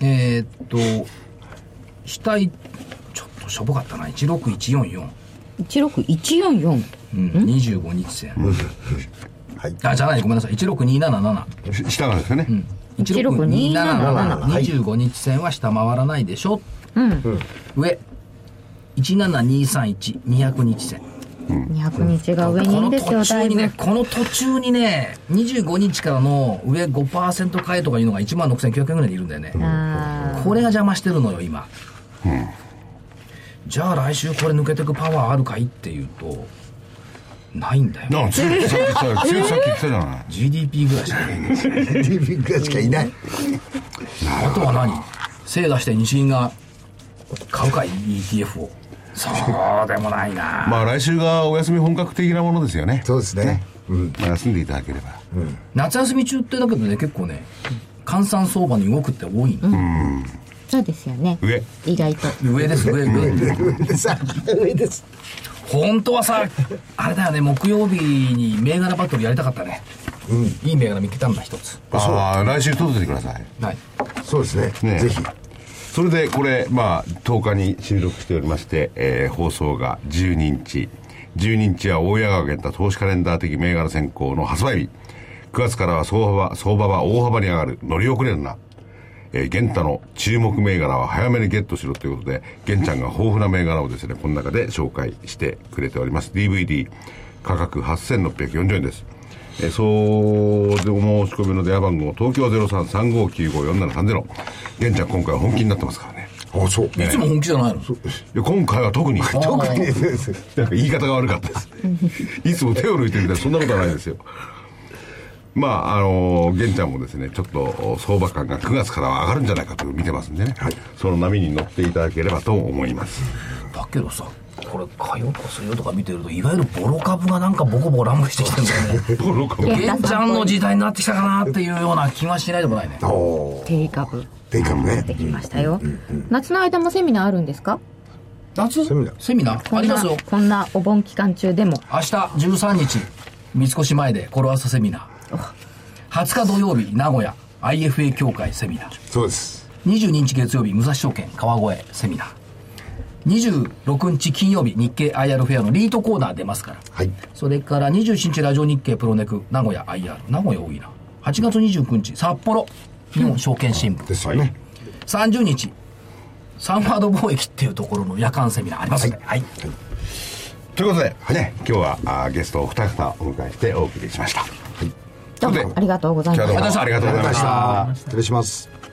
下ちょっとしょぼかったな。16144 16144、 25日線、はい、じゃない、ごめんなさい、16277 下がですよね、 16277、25日線は下回らないでしょ、上17231、200日線、 200日が上にいいんですよ。 この途中にね、25日からの上 5% 買えとかいうのが 16,900 円ぐらいでいるんだよね。これが邪魔してるのよ今。じゃあ来週これ抜けてくパワーあるかいっていうとないんだよ。 さっき言ったじゃない。 GDP ぐらいしかいないんですよ。 GDP ぐらいしかいない。 あとは何、精出して日銀が買うかい ETF を。そうでもないな。 まあ来週がお休み本格的なものですよね。 そうですね。 まあ、休んでいただければ、 夏休み中ってだけどね、結構ね換算相場に動くって多いの。 そうですよね。 上意外と上です。上です。 本当はさ、あれだよね、木曜日に銘柄バトルやりたかったね。いい銘柄見つけたんだ一つ。 来週届けてください。 はい、 そうですね。ぜひ。 それでこれまあ10日に収録しておりまして、放送が12日は大谷川源太投資カレンダー的銘柄選考の発売日。9月からは相場は大幅に上がる、乗り遅れるな。源太の注目銘柄は早めにゲットしろということで、源ちゃんが豊富な銘柄をですね、この中で紹介してくれております。 DVD 価格8640円です。そうでお申し込みの電話番号、東京 0335954730。源ちゃん今回は本気になってますからね。 あ、そう、 いつも本気じゃないの。 いや今回は特になんか言い方が悪かったですいつも手を抜いてるみたいな、そんなことはないですよ。まあ源ちゃんもですね、ちょっと相場感が9月からは上がるんじゃないかと見てますんでね、その波に乗っていただければと思います。 だけどさ、これ火曜とか水曜とか見てると、いわゆるボロ株がなんかボコボコ乱舞してきてるんだよね。ボロ株、源ちゃんの時代になってきたかなっていうような気がしないでもないね。 定株ね、 できましたよ。夏の間もセミナーあるんですか？ 夏セミナーありますよ。 こんなお盆期間中でも明日13日三越前でコロアスセミナー、20日土曜日名古屋 IFA 協会セミナー、 そうです。 22日月曜日武蔵証券川越セミナー、26日金曜日日経 IR フェアのリートコーナー出ますから、それから27日ラジオ日経プロネク名古屋 IR、 名古屋多いな。8月29日札幌日本証券新聞ですよね。 30日サンファード貿易っていうところの夜間セミナーありますので、 ということで、ね、今日はゲストを2方お迎えしてお送りしました。 どうもありがとうございました。 ありがとうございました。 失礼します。